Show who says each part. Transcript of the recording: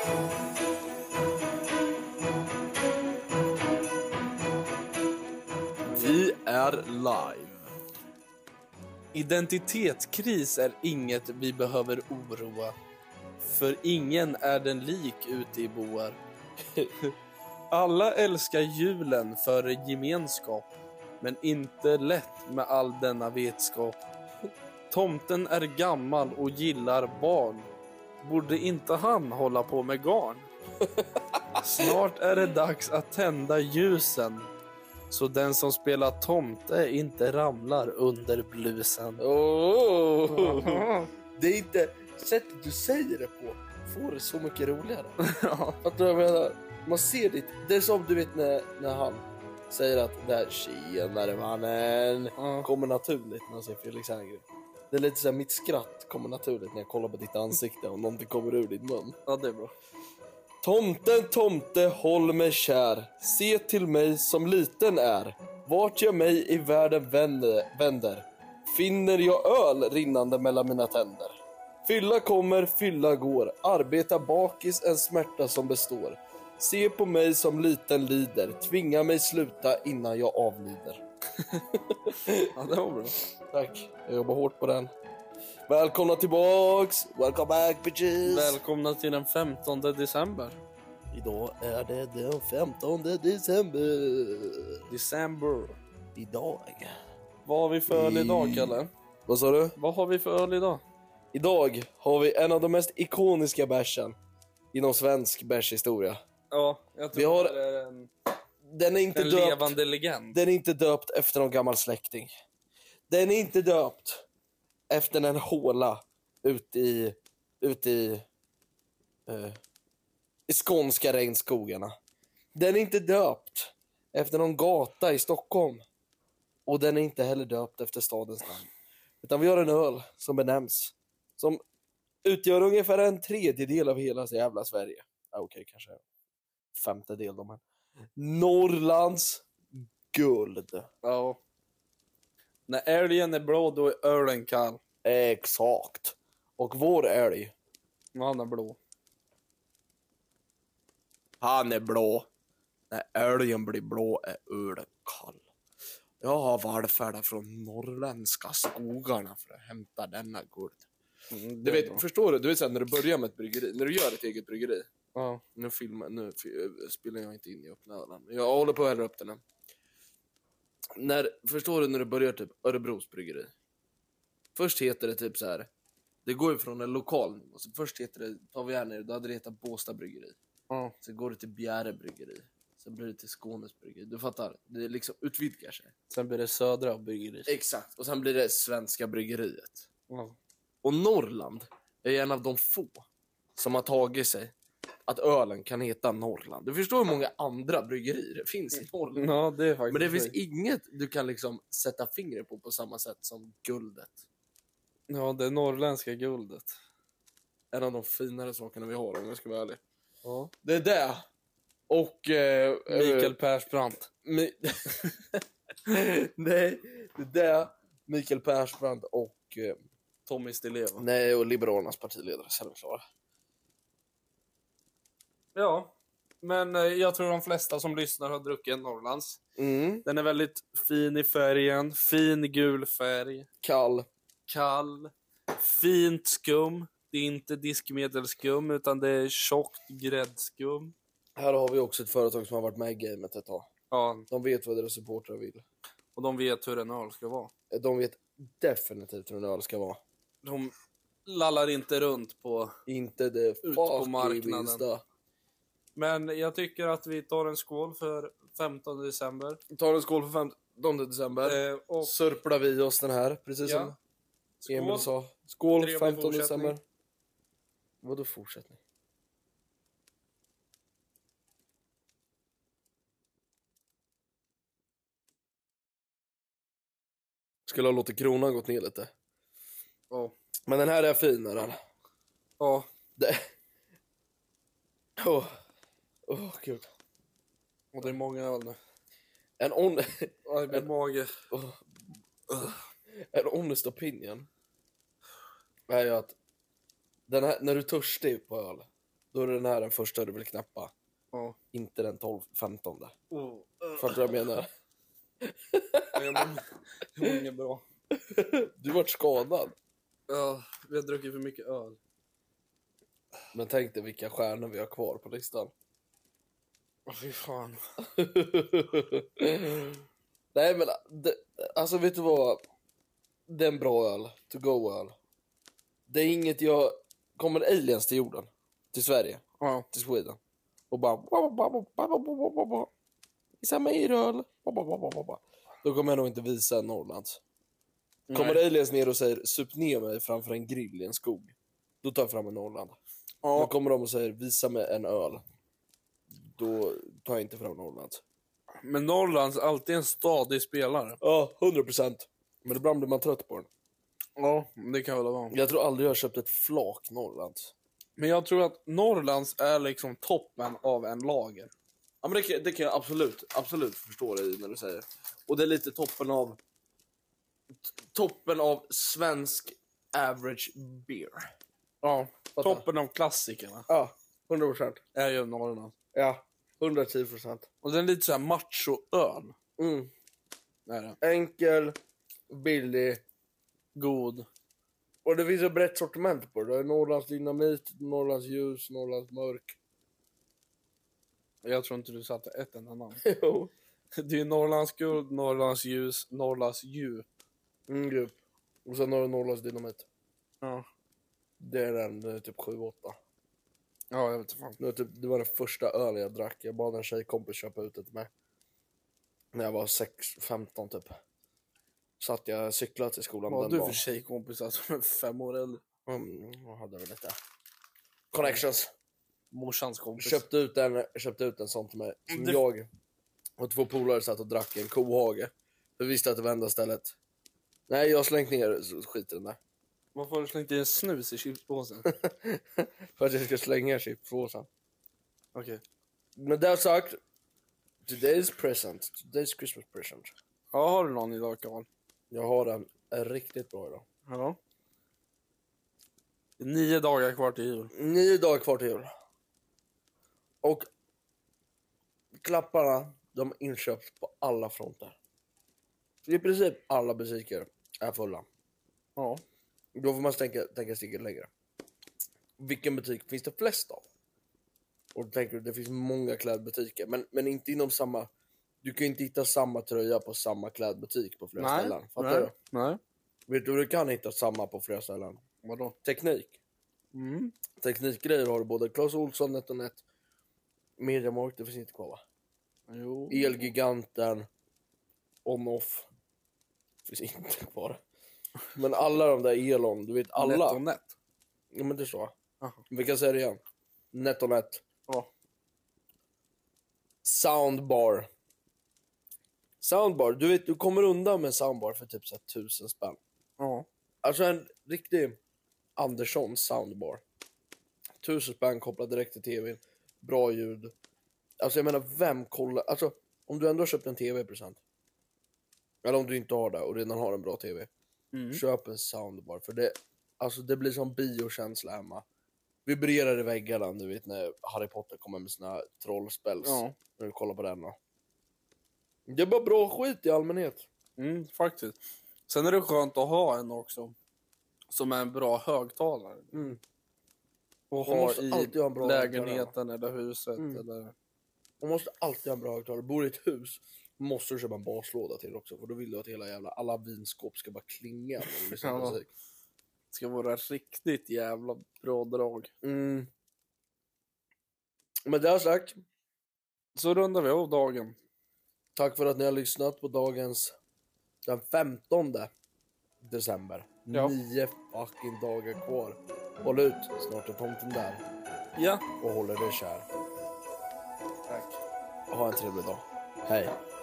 Speaker 1: Vi är live.
Speaker 2: Identitetskris är inget vi behöver oroa. För ingen är den lik ute i boar. Alla älskar julen för gemenskap, men inte lätt med all denna vetskap. Tomten är gammal och gillar barn. Borde inte han hålla på med garn? Snart är det dags att tända ljusen, så den som spelar tomte inte ramlar under blusen.
Speaker 1: Det är inte sättet du säger det på får det så mycket roligare.
Speaker 2: Ja.
Speaker 1: Fattar du vad jag menar? Man ser det. Det är som du vet när han säger att där tjenare mannen kommer naturligt när han säger Felix Herngren. Det är lite så här, mitt skratt kommer naturligt när jag kollar på ditt ansikte och någonting kommer ur din mun.
Speaker 2: Ja, det är bra.
Speaker 1: Tomten, tomte, håll mig kär. Se till mig som liten är. Vart jag mig i världen vänder finner jag öl rinnande mellan mina tänder. Fylla kommer, fylla går. Arbeta bakis en smärta som består. Se på mig som liten lider. Tvinga mig sluta innan jag avlider.
Speaker 2: Ja, det var bra.
Speaker 1: Tack, jag jobbar hårt på den. Välkomna tillbaks. Welcome back bitches.
Speaker 2: Välkomna till den 15 december.
Speaker 1: Idag är det den 15 december. Idag.
Speaker 2: Vad har vi för öl idag, Kalle?
Speaker 1: Vad sa du?
Speaker 2: Vad har vi för öl idag?
Speaker 1: Idag har vi en av de mest ikoniska bärsen inom svensk bärshistoria.
Speaker 2: Ja, jag tror
Speaker 1: Vi har-
Speaker 2: det är
Speaker 1: Den är inte
Speaker 2: en
Speaker 1: döpt.
Speaker 2: levande legend.
Speaker 1: Den är inte döpt efter någon gammal släkting. Den är inte döpt efter en håla ute i skånska regnskogarna. Den är inte döpt efter någon gata i Stockholm. Och den är inte heller döpt efter stadens namn. Utan vi har en öl som benämns, som utgör ungefär 1/3 av hela så jävla Sverige. Okej, kanske 1/5 då, men Norrlands guld.
Speaker 2: Ja. När älgen är blå, då är ölen kall.
Speaker 1: Exakt. Och vår älg,
Speaker 2: Han är blå.
Speaker 1: han är blå. När älgen blir blå är ölen kall. Jag har vallfärdat från norrländska skogarna för att hämta denna guld. Du vet, förstår du? Du vet sen när du börjar med ett bryggeri, när du gör ett eget bryggeri.
Speaker 2: Ja.
Speaker 1: Nu spelar jag inte in i öppna ölen. Jag håller på att hälla upp den. Förstår du när du börjar typ Örebros bryggeri? Först heter det typ så här. Det går ju från en lokal nivå. Så först heter det, tar vi här ner, då hade det hetat Båstad bryggeri.
Speaker 2: Ja.
Speaker 1: Sen går det till Bjäre bryggeri. Sen blir det till Skånes bryggeri. Du fattar, det liksom utvidgar sig.
Speaker 2: Sen blir det södra bryggeriet.
Speaker 1: Exakt, och sen blir det svenska bryggeriet.
Speaker 2: Ja.
Speaker 1: Och Norrland är en av de få som har tagit sig att ölen kan heta Norrland. Du förstår hur många andra bryggerier det finns i Norrland.
Speaker 2: Ja, det är faktiskt.
Speaker 1: Men det finns inget du kan liksom sätta fingret på samma sätt som guldet.
Speaker 2: Ja, det norrländska guldet.
Speaker 1: En av de finare sakerna vi har, om jag ska vara ärlig.
Speaker 2: Ja.
Speaker 1: Det är det. Och
Speaker 2: Mikael Persbrandt.
Speaker 1: nej, det är det. Mikael Persbrandt och
Speaker 2: Tommy Stileva.
Speaker 1: nej, och Liberalernas partiledare, självklart.
Speaker 2: Ja, men jag tror de flesta som lyssnar har druckit en Norrlands. Den är väldigt fin i färgen. Fin gul färg.
Speaker 1: Kall.
Speaker 2: Fint skum. Det är inte diskmedelskum, utan det är tjockt gräddskum.
Speaker 1: Här har vi också ett företag som har varit med i gamet ett tag.
Speaker 2: Ja,
Speaker 1: De vet vad deras supportrar vill.
Speaker 2: och de vet hur en öl ska vara.
Speaker 1: De vet definitivt hur en öl ska vara.
Speaker 2: De lallar inte runt på...
Speaker 1: Inte det
Speaker 2: Ut på
Speaker 1: fucking
Speaker 2: marknaden.
Speaker 1: minsta.
Speaker 2: Men jag tycker att vi tar en skål för 15 december.
Speaker 1: Vi tar en skål för 15 december.
Speaker 2: Och
Speaker 1: Sörplar vi oss den här, precis
Speaker 2: Ja.
Speaker 1: som Emil
Speaker 2: skål.
Speaker 1: sa. Skål,
Speaker 2: Trevlig
Speaker 1: 15
Speaker 2: fortsättning.
Speaker 1: december. Vadå fortsättning? Skulle ha låtit kronan gått ner lite.
Speaker 2: Ja.
Speaker 1: Men den här är finare.
Speaker 2: Ja.
Speaker 1: Det... Gud.
Speaker 2: Och det är många öl nu.
Speaker 1: Ja,
Speaker 2: det blir mage.
Speaker 1: En honest opinion är ju att den här, när du är törstig på öl, Då är den här den första du vill knäppa.
Speaker 2: Ja.
Speaker 1: Inte den 12-15.
Speaker 2: Oh.
Speaker 1: Fattar du vad jag menar?
Speaker 2: Det var inget bra.
Speaker 1: Du vart skadad.
Speaker 2: Ja, vi har druckit för mycket öl.
Speaker 1: Men tänk dig vilka stjärnor vi har kvar på listan.
Speaker 2: Åh, fy fan.
Speaker 1: Nej men, alltså vet du vad? Det är en bra öl. To go-öl. Det är inget jag... Kommer aliens till jorden? Till Sverige?
Speaker 2: Ja.
Speaker 1: Till Sweden? Och bara... Visa mig öl. Då kommer jag nog inte visa Norrlands. Kommer aliens ner och säger sup ner mig framför en grill i en skog, då tar jag fram en Norrland.
Speaker 2: Ja.
Speaker 1: Då kommer de och säger visa mig en öl, då tar jag inte fram Norrlands.
Speaker 2: Men Norrlands är alltid en stadig spelare.
Speaker 1: Ja, 100%. Men ibland blir man trött på den.
Speaker 2: Ja, det kan väl vara.
Speaker 1: Jag tror aldrig jag har köpt ett flak Norrlands.
Speaker 2: Men jag tror att Norrlands är liksom toppen av en lager.
Speaker 1: Ja men det kan jag absolut förstå dig när du säger. Och det är lite toppen av svensk average beer.
Speaker 2: Ja,
Speaker 1: Fattar.
Speaker 2: toppen av klassikerna
Speaker 1: Ja, 100%.
Speaker 2: är ju Norrlands.
Speaker 1: Ja, 110%.
Speaker 2: Och den är lite så här macho-öl.
Speaker 1: Mm.
Speaker 2: Är det.
Speaker 1: Enkel, billig.
Speaker 2: God.
Speaker 1: Och det finns ett brett sortiment på det. Det är Norrlands dynamit, Norrlands ljus, Norrlands mörk.
Speaker 2: Jag tror inte du satte ett enda namn.
Speaker 1: Jo.
Speaker 2: Det är ju Norrlands guld, Norrlands ljus, Norrlands djup.
Speaker 1: Grupp. Och sen har du Norrlands dynamit.
Speaker 2: Ja.
Speaker 1: Det är den typ 7-8.
Speaker 2: Ja, jag vet inte fan.
Speaker 1: Det var den första ölen jag drack. Jag bad en tjejkompis köpa ut det till mig. När jag var 15 typ. Så att jag cyklade till skolan.
Speaker 2: Vad
Speaker 1: den
Speaker 2: du
Speaker 1: dagen.
Speaker 2: för tjejkompisar som är 5 år äldre?
Speaker 1: Jag hade väl lite connections.
Speaker 2: Morsans kompis.
Speaker 1: Köpte ut en sån till mig. Som jag och 2 polare satt och drack i en kohage. För visste att det var enda stället. Nej, jag har slängt ner skiten där.
Speaker 2: Varför har du slängt i en snus i chipspåsen?
Speaker 1: För att jag ska slänga chipspåsen.
Speaker 2: Okej.
Speaker 1: Men det har sagt. Today's Christmas present.
Speaker 2: Ja, har du någon idag, Karl?
Speaker 1: Jag har den riktigt bra idag.
Speaker 2: Ja. Det är 9 dagar kvar till jul.
Speaker 1: 9 dagar kvar till jul. Och klapparna, de inköps på alla fronter. I princip alla butiker är fulla.
Speaker 2: Ja.
Speaker 1: Då får man tänka steget längre. Vilken butik finns det flest av? Och då tänker du, det finns många klädbutiker. Men inte inom samma... Du kan ju inte hitta samma tröja på samma klädbutik på flera ställen. Fattar du?
Speaker 2: Nej.
Speaker 1: Vet du, du kan hitta samma på flera ställen.
Speaker 2: Vadå?
Speaker 1: Teknik. Teknikgrejer har du både Clas Ohlson, NetOnNet, Mediamarkt, det finns inte kvar va?
Speaker 2: Jo.
Speaker 1: Elgiganten, On-Off, finns inte kvar. Men alla de där Elon, du vet alla.
Speaker 2: NetOnNet.
Speaker 1: Ja men det är så.
Speaker 2: Aha.
Speaker 1: Vi kan säga det igen. NetOnNet.
Speaker 2: Ja.
Speaker 1: Soundbar. Soundbar, du vet du kommer undan med en soundbar för typ så här 1000 spänn.
Speaker 2: Ja.
Speaker 1: Alltså en riktig Andersson soundbar. 1000 spänn kopplat direkt till tvn. Bra ljud. Alltså jag menar, vem kollar... Alltså, om du ändå har köpt en tv i present. Eller om du inte har det och redan har en bra tv. Köp en soundbar. För det, alltså det blir som biokänsla hemma. Vibrerar i väggarna, du vet när Harry Potter kommer med sina trollspells.
Speaker 2: Ja.
Speaker 1: När du kollar på den då. Det är bara bra skit i allmänhet.
Speaker 2: Faktiskt. Sen är det skönt att ha en också. Som är en bra högtalare. Och
Speaker 1: Man
Speaker 2: ha
Speaker 1: måste
Speaker 2: i
Speaker 1: alltid ha en bra
Speaker 2: lägenheten eller huset. Eller...
Speaker 1: Man måste alltid ha en bra högtalare. Bor i ett hus måste du köpa en baslåda till också. För då vill du att alla vinskåp ska bara klinga. När du lyssnar på musik.
Speaker 2: Det ska vara riktigt jävla bra drag.
Speaker 1: Men det har sagt.
Speaker 2: Så rundar vi av dagen.
Speaker 1: Tack för att ni har lyssnat på dagens den 15 december.
Speaker 2: Ja.
Speaker 1: 9 fucking dagar kvar. Håll ut, snart är tomten där.
Speaker 2: Ja.
Speaker 1: Och håller dig kär.
Speaker 2: Tack.
Speaker 1: Ha en trevlig dag. Hej.